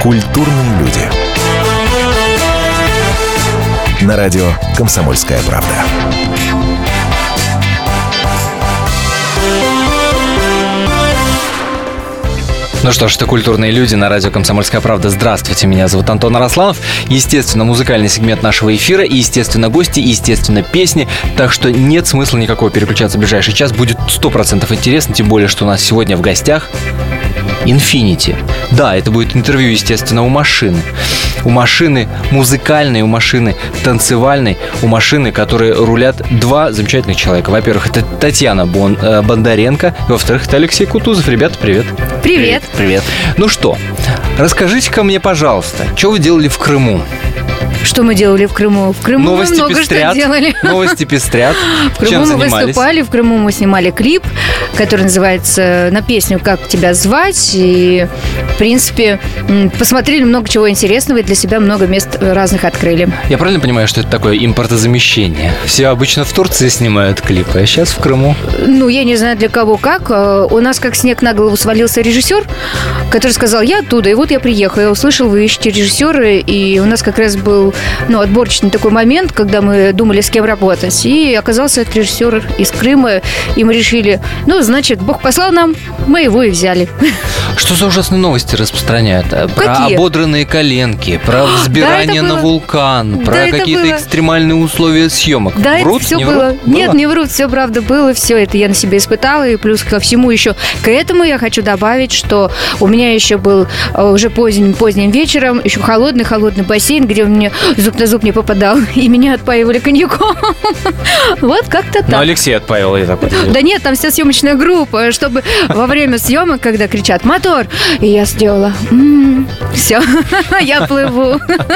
Культурные люди. На радио «Комсомольская правда». Ну что ж, это «Культурные люди» на радио «Комсомольская правда». Здравствуйте, меня зовут Антон Арасланов. Естественно, музыкальный сегмент нашего эфира, и, естественно, гости, и, естественно, песни. Так что нет смысла никакого переключаться в ближайший час. Будет 100% интересно, тем более, что у нас сегодня в гостях Infinity. Да, это будет интервью, естественно, у машины. У машины музыкальной, у машины танцевальной, у машины, которые рулят два замечательных человека. Во-первых, это Татьяна Бондаренко, и, во-вторых, это Алексей Кутузов. Ребята, привет. Привет. Привет. Ну что, расскажите-ка мне, пожалуйста, что вы делали в Крыму? Что мы делали в Крыму? В Крыму новости мы много пестрят, что делали. Новости пестрят. В Крыму мы выступали, в Крыму мы снимали клип, который называется «На песню «Как тебя звать». И, в принципе, посмотрели много чего интересного и для себя много мест разных открыли. Я правильно понимаю, что это такое импортозамещение? Все обычно в Турции снимают клипы, а сейчас в Крыму? Ну, я не знаю, для кого как. У нас как снег на голову свалился режиссер, который сказал: я оттуда, и вот я приехал. Я услышал, вы ищете режиссера, и у нас как раз был отборочный такой момент, когда мы думали, с кем работать. И оказался этот режиссер из Крыма, и мы решили, значит, Бог послал нам, мы его и взяли. Что за ужасные новости распространяют? Про ободранные коленки, про взбирание на вулкан, про какие-то экстремальные условия съемок. Да, врут? Это все не было. Врут? Нет, не врут, все правда было, все это я на себе испытала, и плюс ко всему еще к этому я хочу добавить, что у меня еще был уже поздним вечером еще холодный бассейн, где у меня зуб на зуб не попадал, и меня отпаивали коньяком. Вот как-то так. Ну, Алексей отпаивал, я так понимаю. Да нет, там вся съемочная группа, чтобы во время съемок, когда кричат «мотор», и я сделала все, я плыву.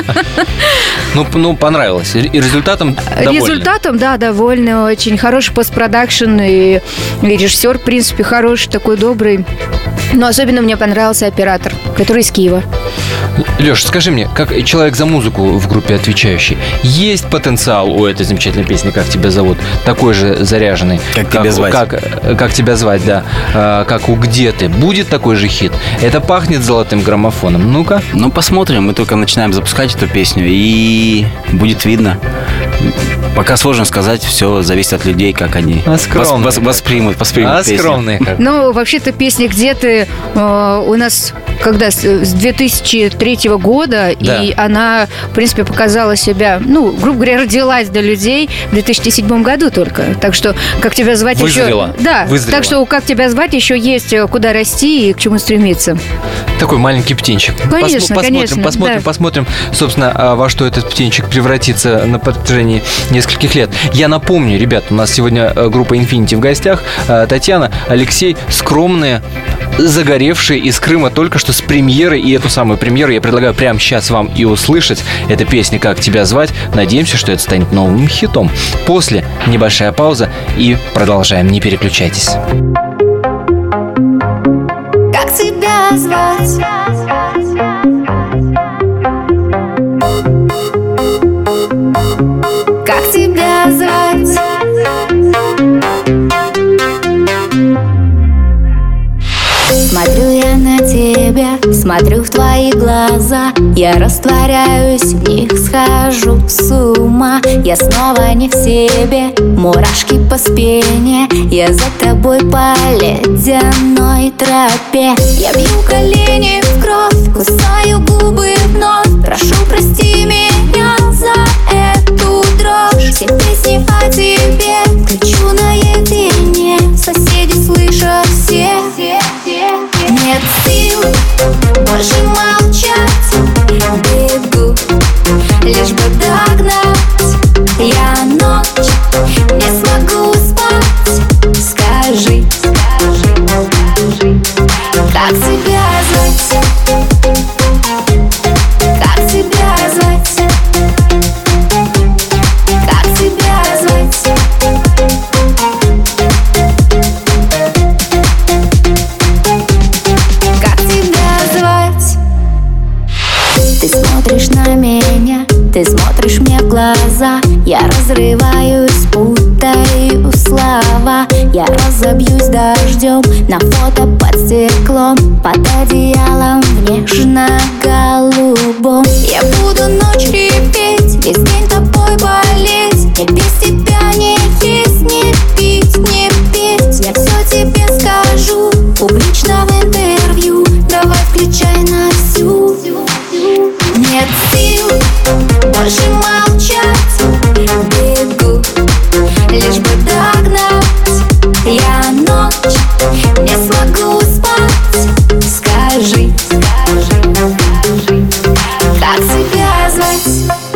Ну, понравилось. И результатом довольны? Результатом, да, довольны. Очень хороший постпродакшн, и режиссер, в принципе, хороший, такой добрый. Но особенно мне понравился оператор, который из Киева. Леш, скажи мне, как человек за музыку в группе отвечающий, есть потенциал у этой замечательной песни «Как тебя зовут» такой же заряженный? Как тебя звать? Как тебя звать, да. Как у «Где ты»? Будет такой же хит? Это пахнет золотым граммофоном. Ну-ка. Ну, посмотрим. Мы только начинаем запускать эту песню, и будет видно. Пока сложно сказать, все зависит от людей, как они воспримут песню. Скромные как. Ну, вообще-то песня «Где ты» у нас когда с 2003 года, да. И она, в принципе, показала себя, грубо говоря, родилась для людей в 2007 году только. Так что «Как тебя звать» Вызрела. еще... Да, Вызрела. Так что «Как тебя звать» еще есть куда расти и к чему стремиться. Такой маленький птенчик. Посмотрим, собственно, во что этот птенчик превратится на протяжении нескольких лет. Я напомню, ребят, у нас сегодня группа Infinity в гостях. Татьяна, Алексей, скромные, загоревшие из Крыма только что с премьерой. И эту самую премьеру я предлагаю прямо сейчас вам и услышать. Эта песня «Как тебя звать». Надеемся, что это станет новым хитом. После небольшая пауза и продолжаем. Не переключайтесь. Как тебя звать? Как тебя звать? Смотрю я на тебя, смотрю в твои глаза. Я растворяюсь в них, схожу с ума. Я снова не в себе, мурашки по спине. Я за тобой по ледяной тропе. Я бью колени в кровь, кусаю губы вновь. Прошу, прости меня за эту дрожь. Все песни о тебе кричу наедине. Соседи слышат все. Нет сил больше молчать. Бегу, лишь бы догнать. Я ночь не смогу спать. Скажи, как тебя звать? Как тебя звать? Как тебя звать? Ты смотришь на меня, ты смотришь мне в глаза. Я разрываюсь, путаю слова. Я разобьюсь дождем, на фото под стеклом, под одеялом в нежно-голубом. Я буду ночь реветь, весь день тобой болеть. Мне без тебя не есть, не пить, не петь. Я все тебе скажу публично в интервью. Давай включай на всю. Нет сил больше молчать, бегу, лишь бы догнать. Я ночь не смогу спать. Скажи, как тебя звать?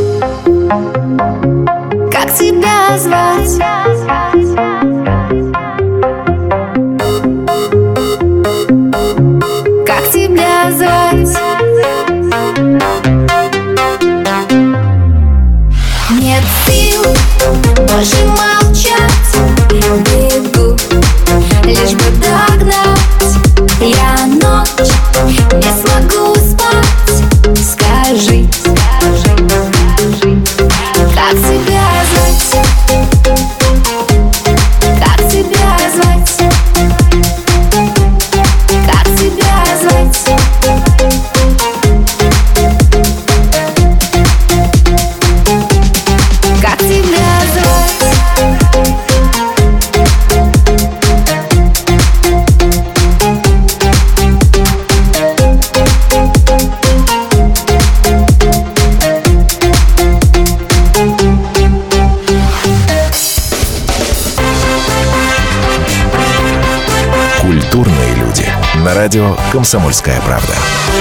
Как тебя звать? Как тебя звать? Нет сил больше молчать, бегу, лишь бы догнать. Я ночь не смогу спать. Скажи, как тебя звать? Как тебя звать? Как тебя звать? Как тебя звать? Культурные люди. На радио «Комсомольская правда».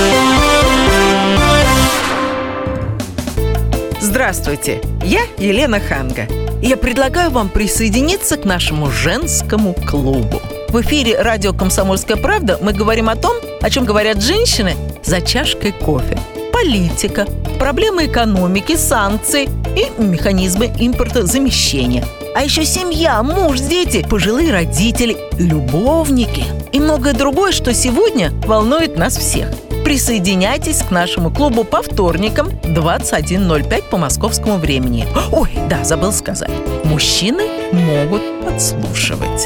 Здравствуйте, я Елена Ханга. Я предлагаю вам присоединиться к нашему женскому клубу. В эфире радио «Комсомольская правда» мы говорим о том, о чем говорят женщины за чашкой кофе. Политика, проблемы экономики, санкции и механизмы импортозамещения. А еще семья, муж, дети, пожилые родители, любовники и многое другое, что сегодня волнует нас всех. Присоединяйтесь к нашему клубу по вторникам 21:05 по московскому времени. Ой, да, забыл сказать. Мужчины могут подслушивать.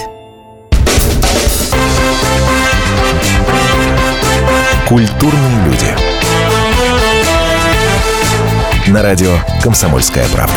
Культурные люди. На радио «Комсомольская правда».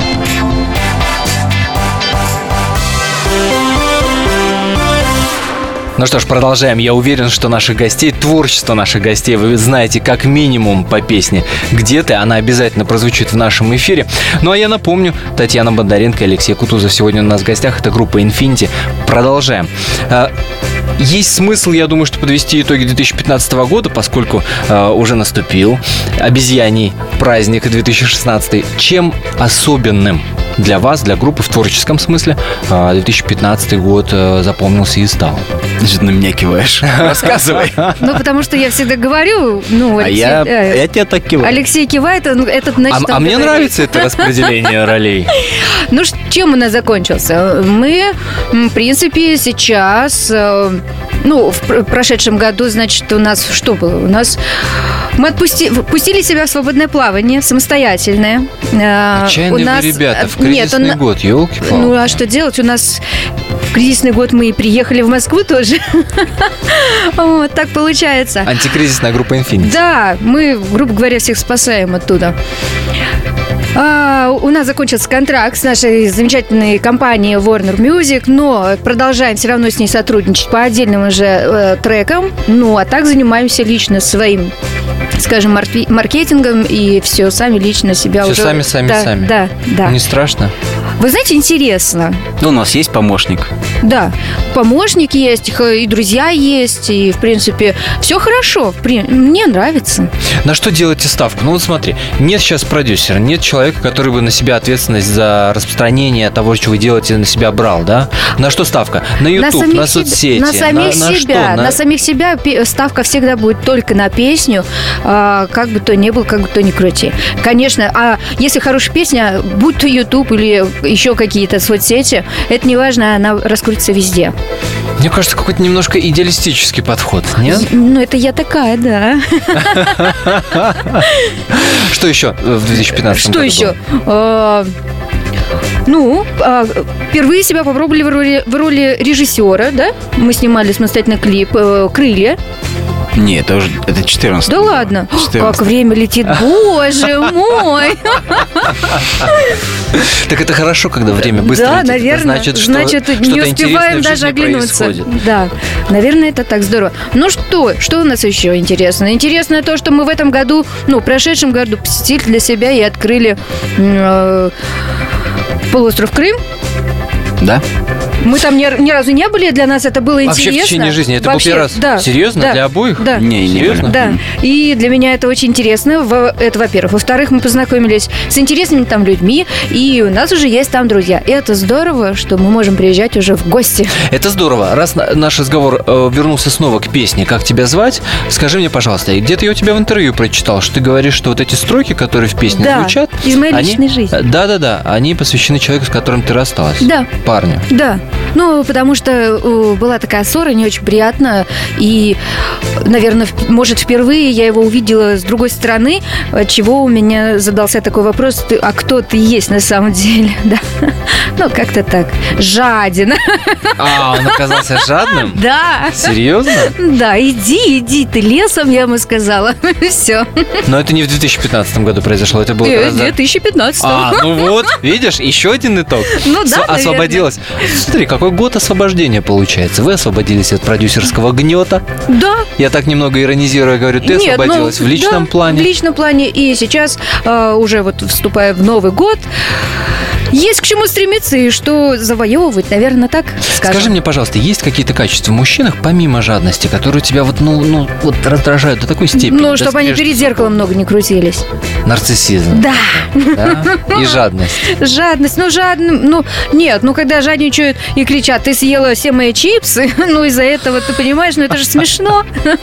Ну что ж, продолжаем. Я уверен, что наших гостей, творчество наших гостей, вы знаете как минимум по песне «Где ты?». Она обязательно прозвучит в нашем эфире. Ну а я напомню, Татьяна Бондаренко и Алексей Кутузов сегодня у нас в гостях. Это группа Infinity. Продолжаем. Есть смысл, я думаю, что подвести итоги 2015 года, поскольку уже наступил обезьяний праздник 2016. Чем особенным для вас, для группы в творческом смысле 2015 год запомнился и стал? Значит, на меня киваешь. Рассказывай. Ну, потому что я всегда говорю, Алексей, я тебя так киваю. Алексей кивает, этот, значит... А мне нравится это распределение ролей. Ну, чем у нас закончился? Мы, в принципе, сейчас... в прошедшем году, значит, у нас что было? У нас... Мы пустили себя в свободное плавание, самостоятельное. Отчаянные ребята, в кризисный год, елки-палки. Ну, а что делать? У нас в кризисный год мы приехали в Москву тоже. Вот, так получается. Антикризисная группа Infinity. Да, мы, грубо говоря, всех спасаем оттуда. У нас закончился контракт с нашей замечательной компанией Warner Music, но продолжаем все равно с ней сотрудничать по отдельным уже трекам. Ну, а так занимаемся лично своим, скажем, маркетингом и все сами лично себя все уже... сами. Да. Не страшно? Вы знаете, интересно. Ну, у нас есть помощник. Да, помощник есть, и друзья есть, и, в принципе, все хорошо. Мне нравится. На что делаете ставку? Ну, вот смотри, нет сейчас продюсера, нет человека, который бы на себя ответственность за распространение того, что вы делаете, на себя брал, да? На что ставка? На YouTube, на соцсети? На самих себя. На самих себя ставка всегда будет только на песню, как бы то ни было, как бы то ни крути. Конечно, а если хорошая песня, будь то YouTube или еще какие-то соцсети, это не важно, она раскрутится везде. Мне кажется, какой-то немножко идеалистический подход, нет? Ну, это я такая, да. Что еще в 2015 году? Что еще? Впервые себя попробовали в роли режиссера, да? Мы снимали самостоятельно клип «Крылья». Нет, это 14. Да ладно? 14. Как время летит, боже мой! Так это хорошо, когда время быстро летит. Да, наверное. Это значит, не успеваем даже оглянуться. Да, наверное, это так здорово. Ну что у нас еще интересно? Интересно то, что мы в этом году, в прошедшем году посетили для себя и открыли полуостров Крым. Да? Мы там ни разу не были, для нас это было интересно. Вообще в течение жизни это был первый раз? Да. Серьезно? Да. Для обоих? Да. Не Серьезно? Да. И для меня это очень интересно. Это, во-первых. Во-вторых, мы познакомились с интересными там людьми, и у нас уже есть там друзья. И это здорово, что мы можем приезжать уже в гости. Это здорово. Раз наш разговор вернулся снова к песне «Как тебя звать», скажи мне, пожалуйста, где-то я у тебя в интервью прочитал, что ты говоришь, что вот эти строки, которые в песне звучат... из моей личной жизни. Да, они посвящены человеку, с которым ты рассталась. Да. Парню. Да. Потому что была такая ссора, не очень приятная. И, наверное, может, впервые я его увидела с другой стороны, отчего у меня задался такой вопрос: а кто ты есть на самом деле? Да. Как-то так. Жаден. Он оказался жадным? Да. Серьезно? Да, иди ты лесом, я ему сказала. Все. Но это не в 2015 году произошло, это было... В 2015. Видишь, еще один итог. Да, освободилась. Смотри, какой год освобождения получается. Вы освободились от продюсерского гнета. Да. Я так немного иронизирую, говорю, ты освободилась в личном плане. В личном плане. И сейчас, уже вступая в Новый год, есть к чему стремиться и что завоевывать, наверное, так скажем. Скажи мне, пожалуйста, есть какие-то качества в мужчинах, помимо жадности, которые тебя раздражают до такой степени? Чтобы они перед зеркалом много не крутились. Нарциссизм. Да. И жадность. Жадность. Нет, когда жадничают и кричат: ты съела все мои чипсы, из-за этого, ты понимаешь, это же смешно.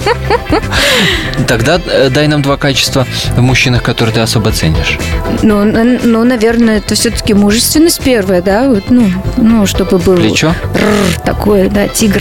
Тогда дай нам два качества в мужчинах, которые ты особо ценишь. Наверное, это все-таки мужественность первая, да? Чтобы был... Плечо? Такое, да, тигр.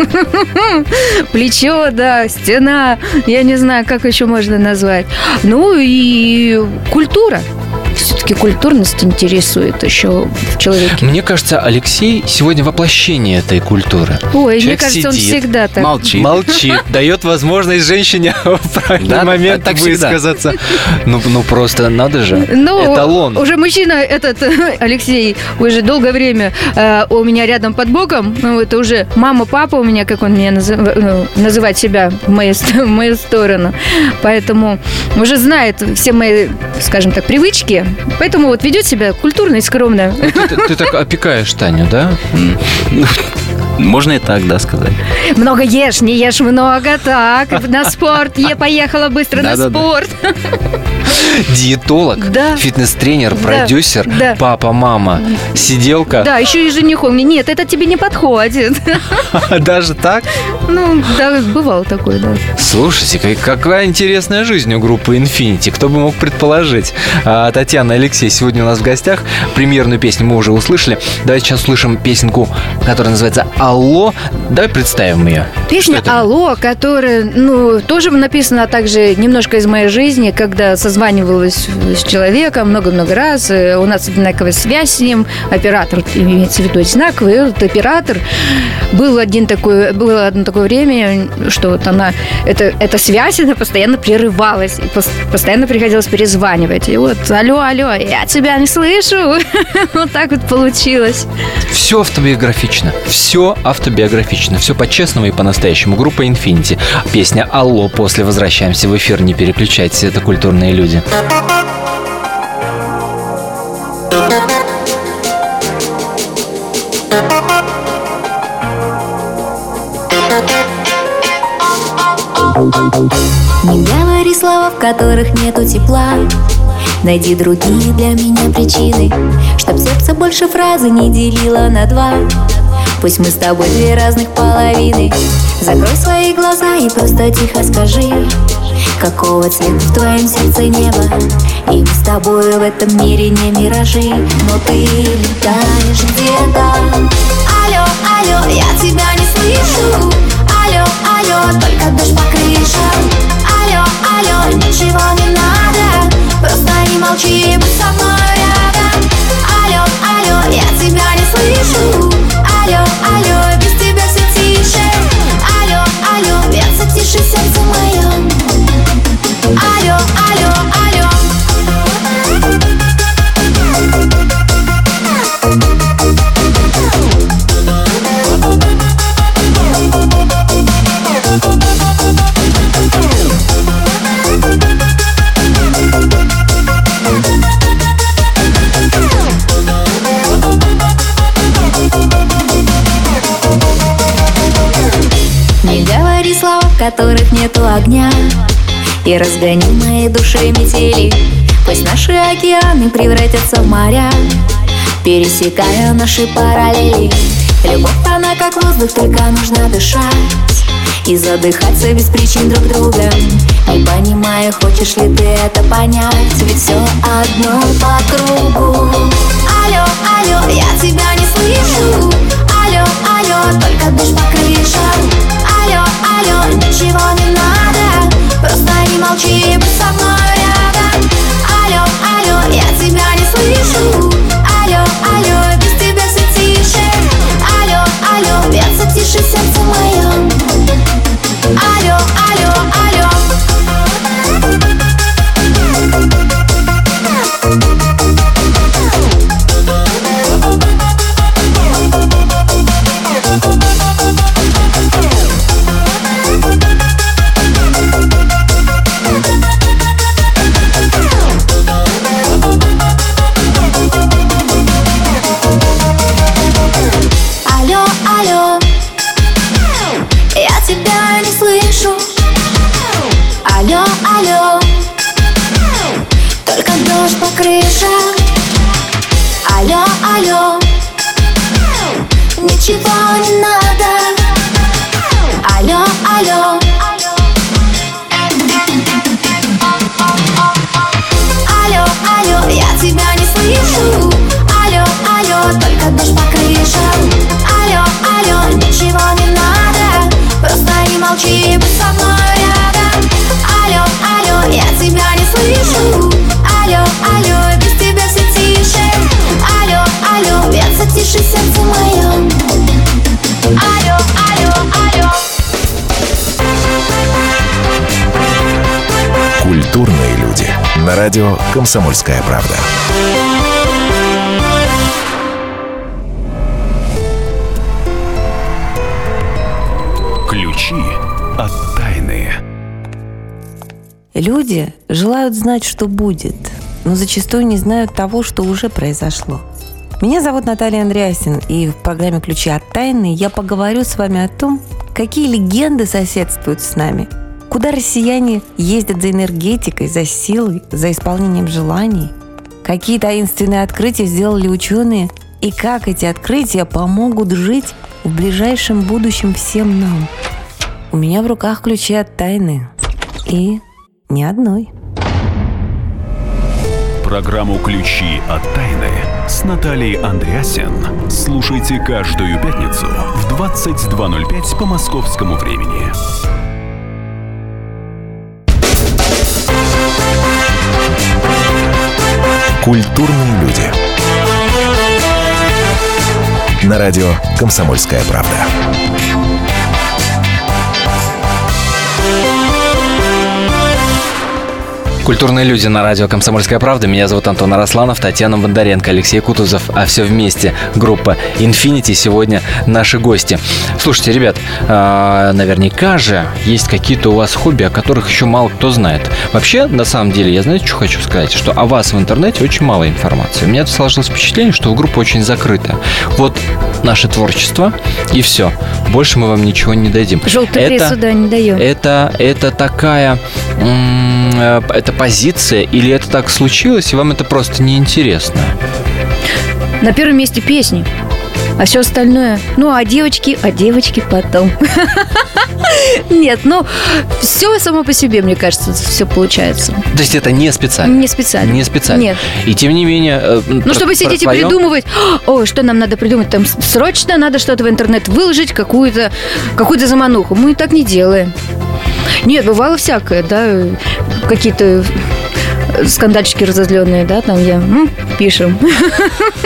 Плечо, да, стена. Я не знаю, как еще можно назвать. И культура. Все-таки культурность интересует еще в человеке. Мне кажется, Алексей сегодня воплощение этой культуры. Ой, мне кажется, он всегда так. Молчит, дает возможность женщине в правильный момент высказаться. Просто надо же. Эталон. Уже мужчина этот, Алексей, уже долгое время у меня рядом под боком. Это уже мама, папа у меня, как он меня называет себя в мою сторону. Поэтому уже знает все мои, скажем так, привычки. Поэтому ведет себя культурно и скромно. Ты так опекаешь Таню, да? Можно и так, да, сказать. Много ешь, не ешь много, так. На спорт, поехала быстро на спорт. Диетолог, фитнес-тренер, продюсер, папа, мама, сиделка. Да, еще и женихом. Нет, это тебе не подходит. Даже так? Да, бывало такое, да. Слушайте, какая интересная жизнь у группы Infinity. Кто бы мог предположить? Татьяна, Алексей сегодня у нас в гостях. Премьерную песню мы уже услышали. Давайте сейчас услышим песенку, которая называется «Алло». Давай представим ее. Песня «Алло», которая, тоже написана также немножко из моей жизни, когда созванивалась с человеком много-много раз. У нас одинаковая связь с ним. Оператор, имеется в виду одинаковый. Этот оператор было одно такое время, что эта связь, она постоянно прерывалась. И постоянно приходилось перезванивать. И алло, я тебя не слышу. Вот так получилось. Все автобиографично. Все автобиографично. Все по-честному и по-настоящему. Группа Infinity. Песня «Алло». После возвращаемся в эфир. Не переключайтесь. Это «Культурные люди». Не говори слова, в которых нету тепла. Найди другие для меня причины, чтоб сердце больше фразы не делило на два. Пусть мы с тобой две разных половины. Закрой свои глаза и просто тихо скажи, какого цвета в твоем сердце небо. И мы с тобой в этом мире не миражи, но ты летаешь где-то. Алло, алло, я тебя не слышу. Алло, алло, только дождь по крышам. Алло, алло, ничего не надо, просто не молчи, будь со мной рядом. Алло, алло, слышу. Алло, алло, без тебя все тише. Алло, алло, бьется тише сердце мое. Алло, алло, алло. Не говори слов, в которых нету огня, и разгони в моей душе метели. Пусть наши океаны превратятся в моря, пересекая наши параллели. Любовь, она как воздух, только нужно дышать и задыхаться без причин друг друга. Не понимаю, хочешь ли ты это понять, ведь все одно по кругу. Алло, алло, я тебя не слышу. Алло, алло, только дождь по крышам. Алло, алло, ничего не надо, просто не молчи, будь со мной рядом. Алло, алло, я тебя не слышу. Алло, алло, без тебя все тише. Алло, алло, бьется тише сердце мое. Алло, алло, алло. Алло, алло, я тебя не слышу. Алло, алло, только дождь по крышам. Алло, алло, ничего не надо. Алло, алло. Алло, алло, я тебя не слышу. Алло, алло, только дождь по крышам. Алло, алло, ничего не надо, просто не молчи, будь со мной рядом. Алло, алло, я тебя не слышу. Алло, алло, без тебя все тише. Алло, алло, бьется тише сердце мое. Алло, алло, алло. Культурные люди. На радио «Комсомольская правда». Ключи от тайны. Люди желают знать, что будет, но зачастую не знают того, что уже произошло. Меня зовут Наталья Андреасин, и в программе «Ключи от тайны» я поговорю с вами о том, какие легенды соседствуют с нами, куда россияне ездят за энергетикой, за силой, за исполнением желаний, какие таинственные открытия сделали ученые и как эти открытия помогут жить в ближайшем будущем всем нам. У меня в руках ключи от тайны. И ни одной. Программу «Ключи от тайны» с Натальей Андреасин слушайте каждую пятницу в 22:05 по московскому времени. Культурные люди. На радио «Комсомольская правда». Культурные люди на радио «Комсомольская правда». Меня зовут Антон Арасланов, Татьяна Бондаренко, Алексей Кутузов. А все вместе группа Infinity сегодня наши гости. Слушайте, ребят, наверняка же есть какие-то у вас хобби, о которых еще мало кто знает. Вообще, на самом деле, я, знаете, что хочу сказать? Что о вас в интернете очень мало информации. У меня сложилось впечатление, что группа очень закрыта. Вот наше творчество и все. Больше мы вам ничего не дадим. Желтый пресс сюда не даем. Это такая... Это позиция, или это так случилось, и вам это просто неинтересно? На первом месте песни, а все остальное... Ну, а девочки потом. Нет, ну, все само по себе, мне кажется, все получается. То есть это не специально? Не специально. Не специально. Нет. И тем не менее... Ну, чтобы сидеть и придумывать, ой, что нам надо придумать, там срочно надо что-то в интернет выложить, какую-то замануху. Мы так не делаем. Нет, бывало всякое, да, какие-то скандальчики разозленные, да, там пишем.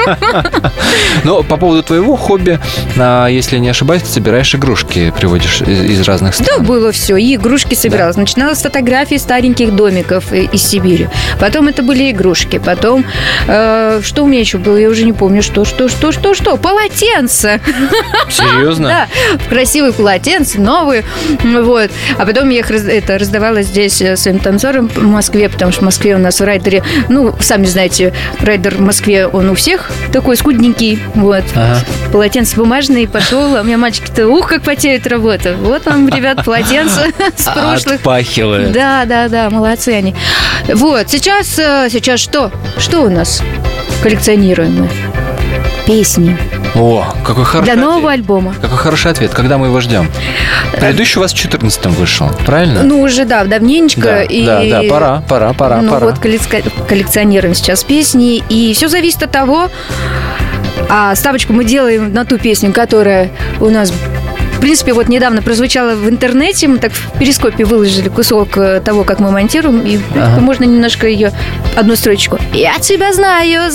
Но по поводу твоего хобби, если не ошибаюсь, ты собираешь игрушки, приводишь из разных стран. Да, было все. И игрушки собиралась. Начиналась с фотографий стареньких домиков из Сибири. Потом это были игрушки. Потом, что у меня еще было, я уже не помню, что? Полотенце. Серьезно? Да, красивые полотенца, новые. Вот. А потом я их раздавала здесь своим танцорам в Москве, потому что в Москве у нас в райдере, ну, сами знаете, райдер в Москве, он у всех такой скудненький. Вот. Ага. Полотенце бумажное, пошел. А у меня мальчики-то, как потеют работа. Вот вам, ребят, полотенце с прошлых. Отпахивает. Да, молодцы они. Вот, сейчас что? Что у нас коллекционируем мы? Песни. О, какой хороший Для ответ. нового альбома. Какой хороший ответ. Когда мы его ждем? Предыдущий у вас в 14-м вышел, правильно? Ну, уже, да, давненечко. Да, пора. Ну, вот коллекционируем сейчас песни. И все зависит от того, ставочку мы делаем на ту песню, которая у нас, в принципе, вот недавно прозвучала в интернете. Мы так в перископе выложили кусок того, как мы монтируем. И можно немножко ее, одну строчку. Я тебя знаю.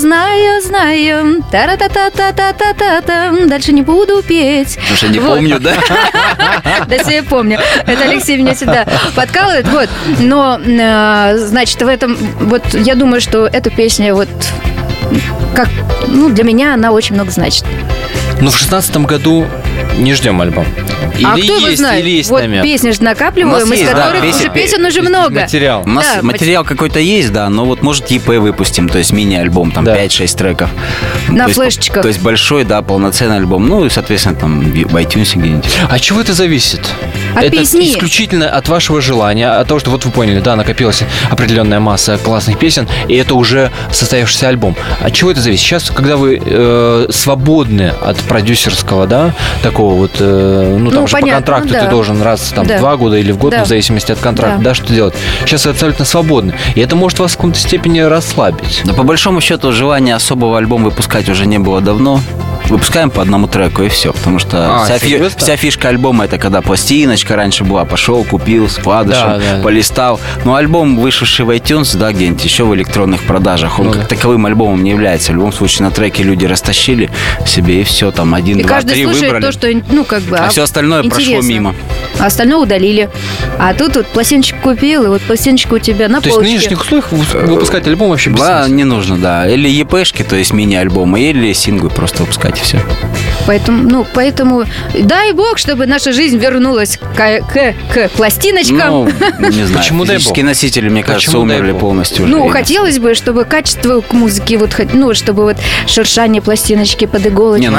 Та-ра-та-та-та-та-та-та. Дальше не буду петь. Потому что не помню, да? Да, все я помню. Это Алексей меня всегда подкалывает. Вот. Но, значит, в этом... Вот я думаю, что эта песня вот... Как, для меня она очень много значит. Ну, в 16-м году не ждем альбом. Или кто его знает? Или есть вот намек. песни же накапливаем, из которых уже песен уже много. Материал. У нас материал какой-то есть, да, но вот может ЕП выпустим, то есть мини-альбом, там 5-6 треков. На флешечках. То есть большой, да, полноценный альбом. Ну и, соответственно, там в iTunes где-нибудь. От чего это зависит? От это песни. Исключительно от вашего желания, от того, что вот вы поняли, да, накопилась определенная масса классных песен, и это уже состоявшийся альбом. От чего это зависит? Сейчас, когда вы свободны от продюсерского, да, такого вот, там же понятно, по контракту ты должен раз в 2 года или в год, в зависимости от контракта, да, что делать. Сейчас вы абсолютно свободны. И это может вас в каком-то степени расслабить. Да, по большому счету, желания особого альбома выпускать уже не было давно. Выпускаем по одному треку, и все. Потому что вся фишка альбома — это когда пластиночка раньше была. Пошел, купил, с вкладышем, полистал. Но альбом, вышедший в iTunes, да, где-нибудь еще в электронных продажах, он как таковым альбомом не является. В любом случае, на треке люди растащили себе, и все, там 1, 2, 3 выбрали. И каждый слушает то, что, а все остальное прошло мимо. А остальное удалили. А тут вот пластиночку купил, и вот пластиночка у тебя на полочке. То есть в нынешних условиях выпускать альбом вообще бессмысленно? Да, не нужно, да. Или ЕПшки, то есть мини-альбомы, или синглы просто выпускать, и все. Поэтому дай бог, чтобы наша жизнь вернулась к пластиночкам. Не знаю. Почему дай бог? Физические носители, мне кажется, умерли полностью уже. Хотелось бы, чтобы качество к музыке, чтобы вот шуршание пластиночки под иголочкой.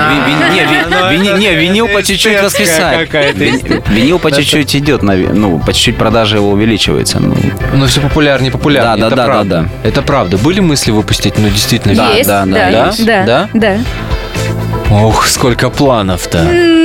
Винил по чуть-чуть раскисает. Винил по чуть-чуть идет, по чуть-чуть продажа его увеличивается. Но все популярнее. Да. Это правда. Были мысли выпустить, действительно. Да. Ох, сколько планов-то.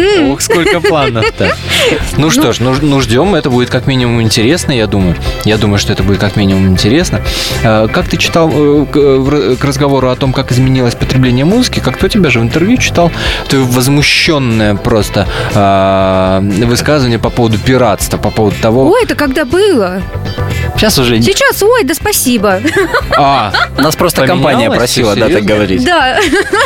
Ну что ж, ждем. Это будет как минимум интересно, я думаю. Я думаю, что это будет как минимум интересно. Как ты читал к разговору о том, как изменилось потребление музыки, как-то у тебя же в интервью читал, ты возмущенное просто высказывание по поводу пиратства, по поводу того... Ой, это когда было? Сейчас уже... Сейчас, да спасибо. Нас просто компания просила, да, так говорить. Да.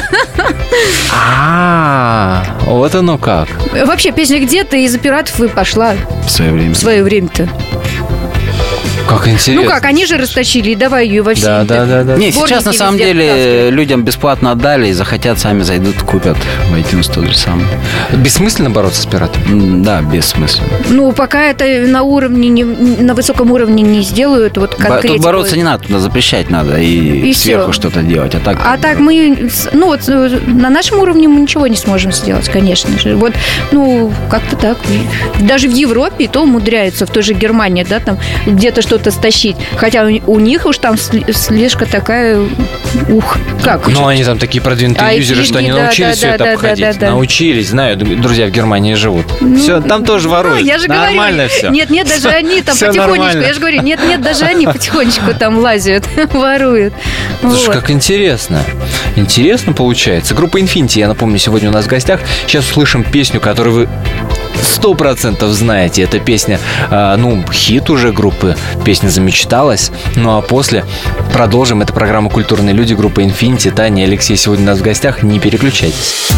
Вот оно как. Вообще, песня где-то из-за пиратов и пошла. В свое время-то. Как интересно. Они же растащили, и давай ее во все. Да. Не, сейчас на самом деле людям бесплатно отдали, и захотят, сами зайдут, купят в iTunes тот же самый. Бессмысленно бороться с пиратами? Да, бессмысленно. Пока это на высоком уровне не сделают, вот конкретно. Тут бороться не надо, туда запрещать надо и сверху что-то делать. А так мы, на нашем уровне мы ничего не сможем сделать, конечно же. Вот, как-то так. Даже в Европе и то умудряются, в той же Германии, да, там где-то что-то стащить. Хотя у них уж там слежка такая... как? Они там такие продвинутые юзеры, что они научились все это обходить. Научились, знаю, друзья в Германии живут. Все, там тоже воруют. Я же нормально говорю, все. Нет, даже они там потихонечку. Я же говорю, нет, даже они потихонечку там лазят, воруют. Слушай, как интересно. Интересно получается. Группа Infinity, я напомню, сегодня у нас в гостях. Сейчас услышим песню, которую вы 100% знаете. Это песня, хит уже группы. песня «Замечталась». Ну а после продолжим. Это программа «Культурные люди», группа Infinity. Таня и Алексей сегодня у нас в гостях. Не переключайтесь.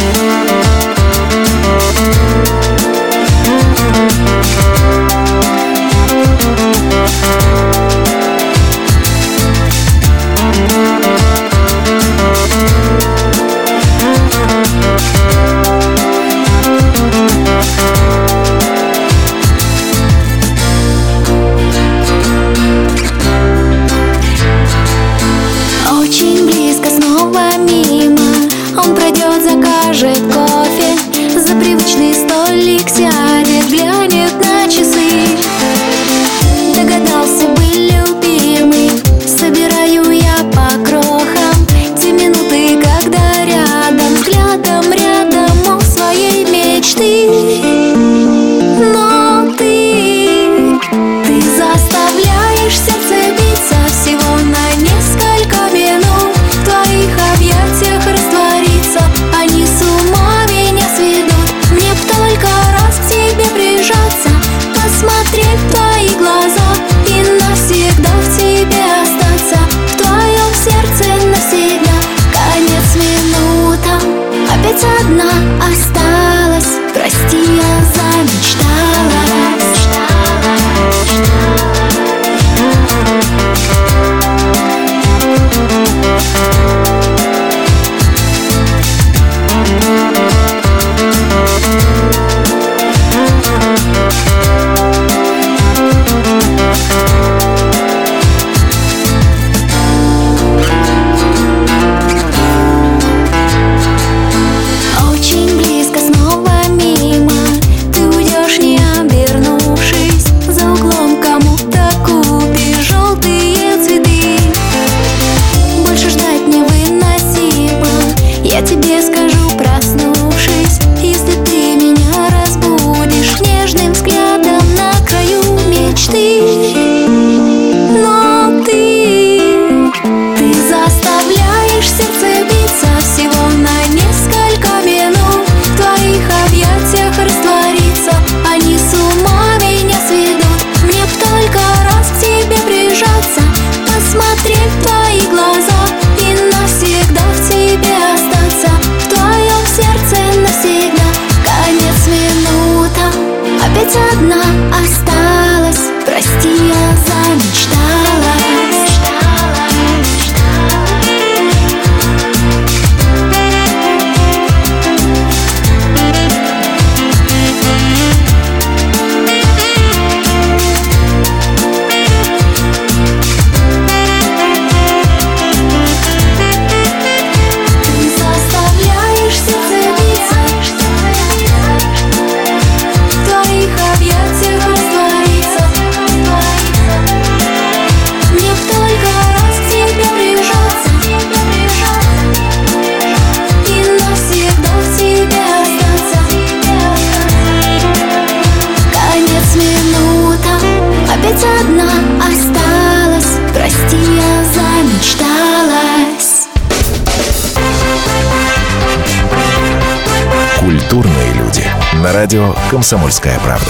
Культурные люди. На радио «Комсомольская правда».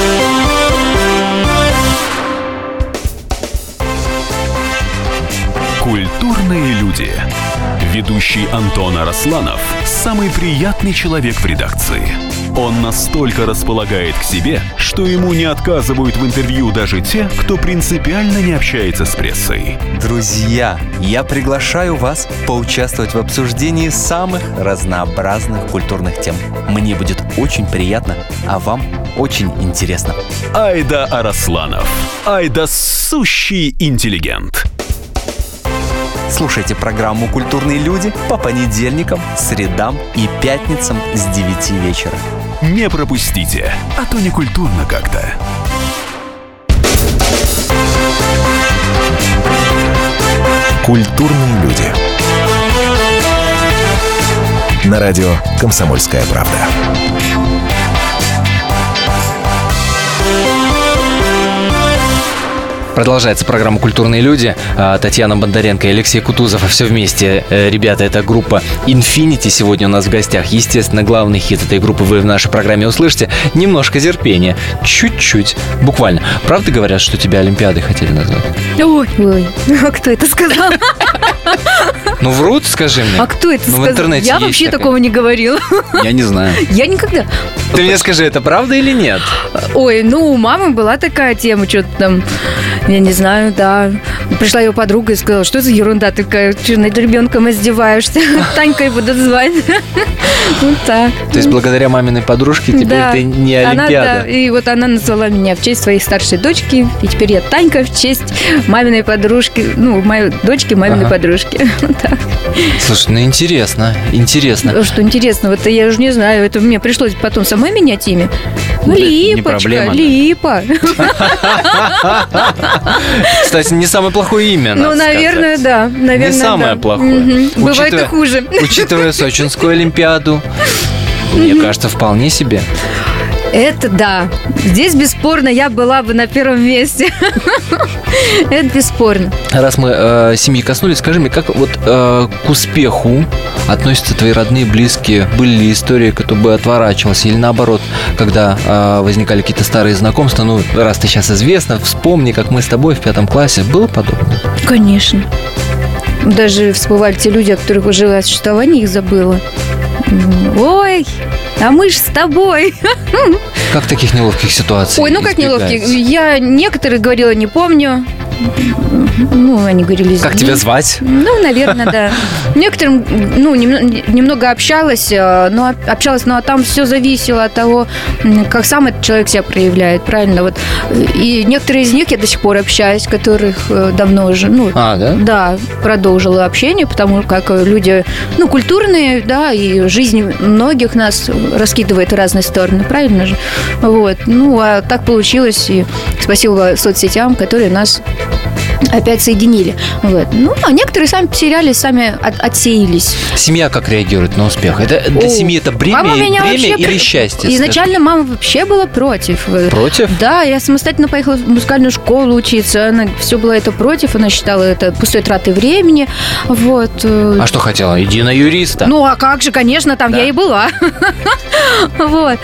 Культурные люди. Ведущий Антон Арасланов – самый приятный человек в редакции. Он настолько располагает к себе, что ему не отказывают в интервью даже те, кто принципиально не общается с прессой. Друзья, я приглашаю вас поучаствовать в обсуждении самых разнообразных культурных тем. Мне будет очень приятно, а вам очень интересно. Айда Арасланов. Айда сущий интеллигент. Слушайте программу «Культурные люди» по понедельникам, средам и пятницам с 9 вечера. Не пропустите, а то не культурно как-то. Культурные люди. На радио «Комсомольская правда». Продолжается программа «Культурные люди». Татьяна Бондаренко и Алексей Кутузов. А все вместе, ребята, это группа Infinity сегодня у нас в гостях. Естественно, главный хит этой группы вы в нашей программе услышите. Немножко терпения. Чуть-чуть. Буквально. Правда говорят, что тебя Олимпиадой хотели назвать? Ой. А кто это сказал? Ну, врут, скажи мне. А кто это сказал? В интернете я вообще такого не говорила. Я не знаю. Я никогда. Ты мне скажи, это правда или нет? Ой, ну, у мамы была такая тема, что-то там, я не знаю, да. Пришла ее подруга и сказала, что за ерунда такая, что над ребенком издеваешься? Танькой буду звать. Вот так. То есть благодаря маминой подружке теперь ты не Олимпиада. И вот она назвала меня в честь своей старшей дочки, и теперь я Танька в честь маминой подружки, ну, моей дочки, маминой подружки. Слушай, ну интересно. Что интересно, вот я уже не знаю, это мне пришлось потом самой менять имя. Липочка, Липа. Кстати, не самое плохое имя, надо сказать. Наверное, да. Не самое плохое. Бывает и хуже. Учитывая Сочинскую Олимпиаду, мне кажется, вполне себе. Это да. Здесь бесспорно я была бы на первом месте. Это бесспорно. Раз мы семьи коснулись, скажи мне, как вот к успеху относятся твои родные, близкие? Были ли истории, кто бы отворачивался? Или наоборот, когда возникали какие-то старые знакомства, ну, раз ты сейчас известна, вспомни, как мы с тобой в 5 классе. Было подобное? Конечно. Даже всплывали те люди, о которых уже о существовании их забыла. Ой, а мы ж с тобой. Как в таких неловких ситуациях? Ой, ну как неловких? Я некоторые говорила, не помню. Ну, они говорили... Как тебя звать? Ну, наверное, да. Некоторым, ну, немного общалась, но там все зависело от того, как сам этот человек себя проявляет, правильно? Вот. И некоторые из них я до сих пор общаюсь, которых давно уже, ну... да? Да, продолжила общение, потому как люди, ну, культурные, да, и жизнь многих нас раскидывает в разные стороны, правильно же? Вот. Ну, а так получилось, и спасибо соцсетям, которые нас опять соединили. Вот. Ну, а некоторые сами потерялись, сами отсеялись. Семья как реагирует на успех? Это для семьи это бремя или счастье? Изначально мама вообще была против. Против? Да, я самостоятельно поехала в музыкальную школу учиться. Она все было это против. Она считала это пустой тратой времени. Вот. А что хотела? Иди на юриста. Ну, а как же, конечно, там я и была. Вот.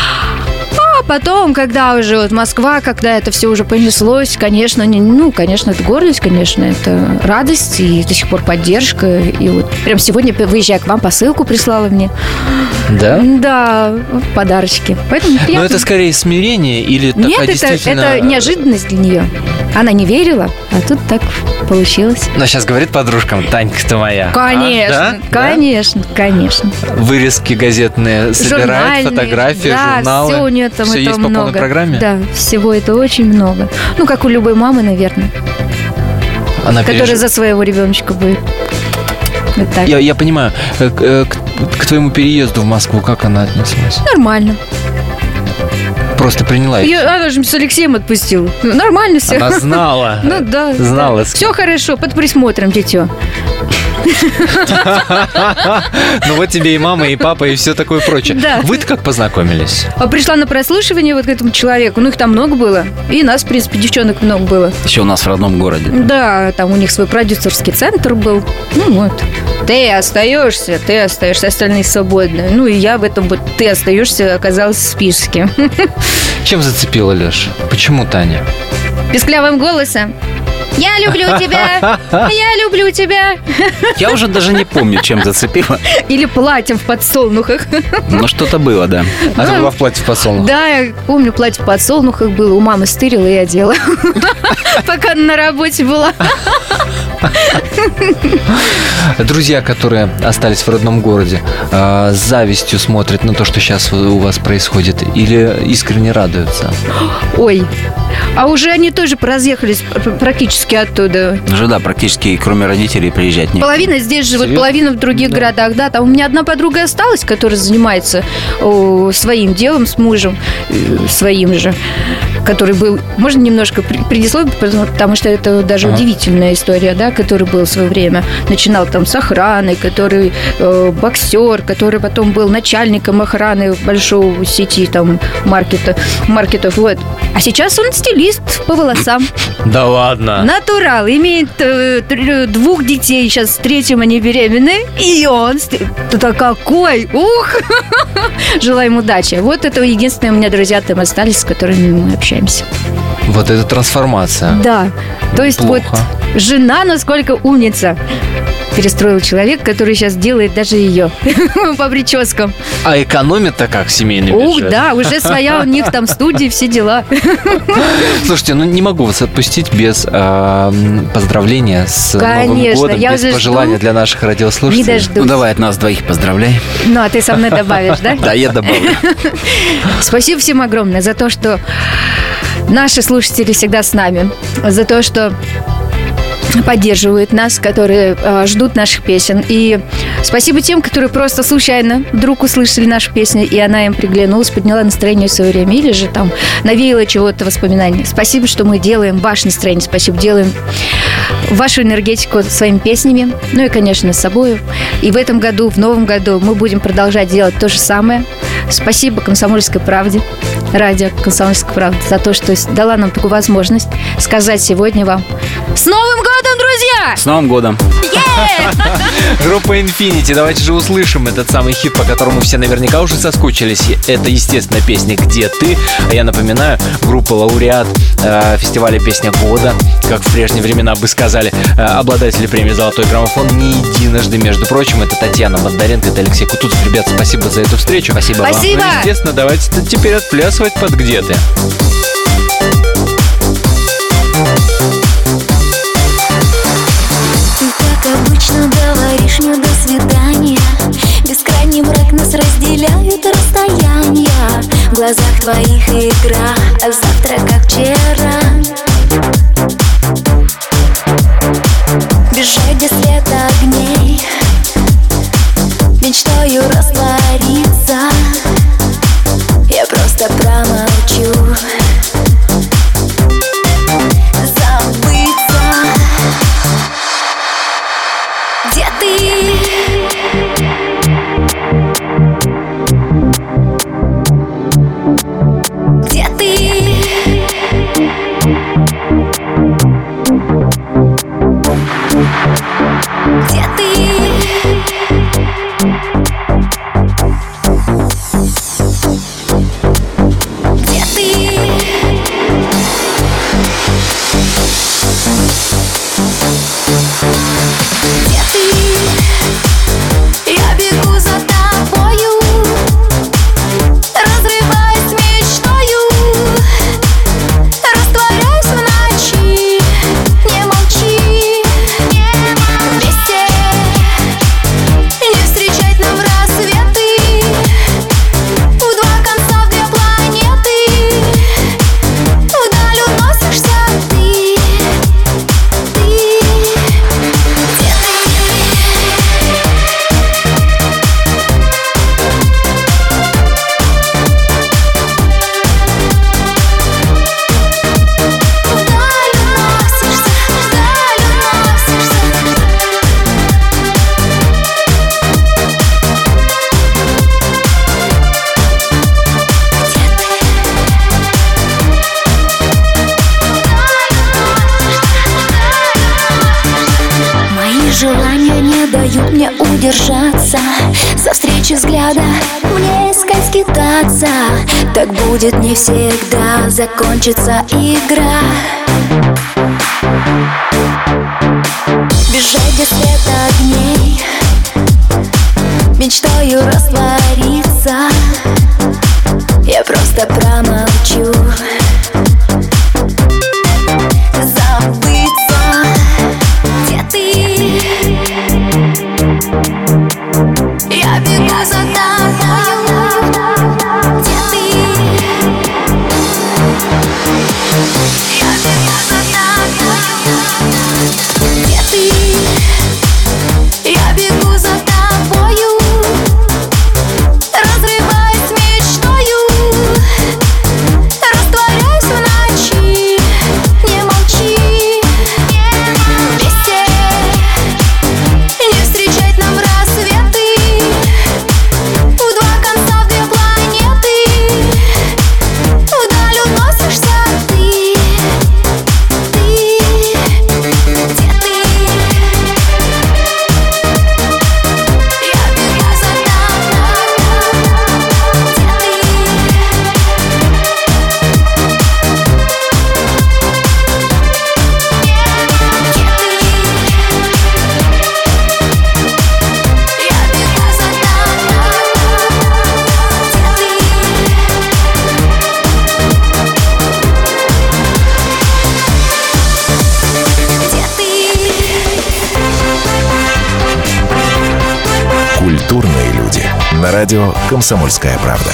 А потом, когда уже вот Москва, когда это все уже понеслось, конечно, конечно, это гордость, конечно, это радость и до сих пор поддержка. И вот прям сегодня, выезжая к вам, посылку прислала мне. Да? Да, подарочки. Поэтому приятно. Но это скорее смирение или такая Нет, действительно... это неожиданность для нее. Она не верила, а тут так получилось. Но сейчас говорит подружкам: Танька-то моя. Конечно, конечно. Вырезки газетные собирает, фотографии, журналы. Все у нее там все это есть много. По полной программе? Да, всего это очень много. Ну, как у любой мамы, наверное. Которая за своего ребеночка будет. Вот так. Я понимаю. К твоему переезду в Москву как она отнеслась? Нормально. Просто приняла их? Она же с Алексеем отпустила. Нормально все. Она знала. Ну да. Знала. Все хорошо, под присмотром, дитё. Ну вот тебе и мама, и папа, и все такое прочее. Да. Вы-то как познакомились? Пришла на прослушивание вот к этому человеку. Ну, их там много было. И нас, в принципе, девчонок много было. Еще у нас в родном городе. Да, там у них свой продюсерский центр был. Ну вот. Ты остаешься, остальные свободны. Ну и я в этом вот ты остаешься оказалась в списке. Чем зацепила, Леш? Почему Таня? Песклявым голосом. Я люблю тебя, я люблю тебя. Я уже даже не помню, чем зацепила. Или платьем в подсолнухах. Ну, что-то было, да. А ты была в платье в подсолнухах? Да, я помню, платье в подсолнухах было. У мамы стырила и одела. Пока на работе была. Друзья, которые остались в родном городе, с завистью смотрят на то, что сейчас у вас происходит, или искренне радуются? Ой, а уже они тоже разъехались практически оттуда. Уже, да, практически, кроме родителей, приезжать не. Половина здесь живет, половина в других городах, да. Там у меня одна подруга осталась, которая занимается своим делом с мужем, своим же, который был... Можно немножко предисловие, потому что это даже удивительная история, да, да, который был в свое время, начинал там с охраны, который боксер, который потом был начальником охраны большой сети там маркетов, вот. А сейчас он стилист по волосам. Да ладно? Натурал, имеет 2 детей, сейчас с 3-м они беременны, и он... Да какой! Ух! Желаем удачи. Вот это единственные у меня друзья там остались, с которыми мы общаемся. Вот это трансформация. Да. То есть Плохо. вот жена насколько умница. Перестроил человек, который сейчас делает даже ее по прическам. А экономит-то как семейный бюджет? Ух, да, уже своя у них там студия, все дела. Слушайте, ну не могу вас отпустить без поздравления с Новым годом, без пожелания для наших радиослушателей. Не дождусь. Ну давай от нас двоих поздравляй. Ну, а ты со мной добавишь, да? Да, я добавлю. Спасибо всем огромное за то, что наши слушатели всегда с нами, за то, что поддерживают нас, которые ждут наших песен. И спасибо тем, которые просто случайно вдруг услышали нашу песню, и она им приглянулась, подняла настроение в свое время, или же там навеяла чего-то воспоминаний. Спасибо, что мы делаем ваше настроение, спасибо, делаем вашу энергетику своими песнями, ну и, конечно, с собой. И в этом году, в новом году мы будем продолжать делать то же самое. Спасибо «Комсомольской правде», радио «Комсомольская правда», за то, что дала нам такую возможность сказать сегодня вам с Новым годом, друзья! С Новым годом! Группа Infinity, давайте же услышим этот самый хит, по которому все наверняка уже соскучились. Это, естественно, песня «Где ты?». А я напоминаю, группа лауреат фестиваля «Песня года», как в прежние времена бы сказали, обладатели премии «Золотой граммофон» не единожды, между прочим. Это Татьяна Бондаренко, это Алексей Кутузов. Ребят, спасибо за эту встречу. Спасибо вам. Спасибо! Ну, естественно, давайте теперь отплясывать под «Где ты?». Как обычно говоришь мне до свидания. Бескрайний мрак нас разделяют расстояния. В глазах твоих игра, а завтра как вчера. Бежать без света огней, мечтаю раствориться. Я просто промолчу. Забыться. Где ты? Где ты? Где ты? Где ты? Где ты? Я бегу за тобою, разрываясь мечтою, растворяюсь в ночи. Не молчи, вместе не встречать нам рассветы. В два конца, в две планеты, вдаль уносишься ты. Мои желания не дают мне удержаться. Со встречи взгляда мне искать, скитаться. Так будет не всегда, закончится игра. Бежать без света огней, мечтаю раствориться. Я просто промолчу. Забыться. Где ты? Я бегу за тобою. Где ты? Я бегу за тобою. Где ты? Я бегу за тобою, разрываясь мечтою, растворяюсь на радио «Комсомольская правда».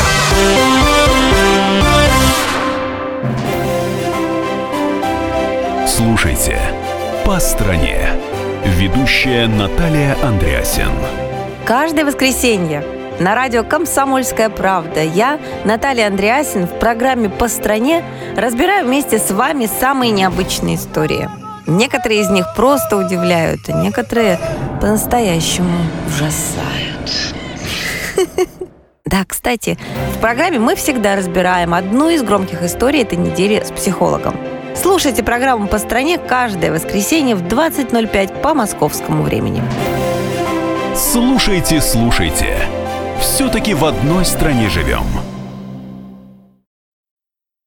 Слушайте «По стране». Ведущая Наталья Андреасин. Каждое воскресенье на радио «Комсомольская правда» я, Наталья Андреасин, в программе «По стране» разбираю вместе с вами самые необычные истории. Некоторые из них просто удивляют, а некоторые по-настоящему ужасают. Да, кстати, в программе мы всегда разбираем одну из громких историй этой недели с психологом. Слушайте программу «По стране» каждое воскресенье в 20:05 по московскому времени. Слушайте. Все-таки в одной стране живем.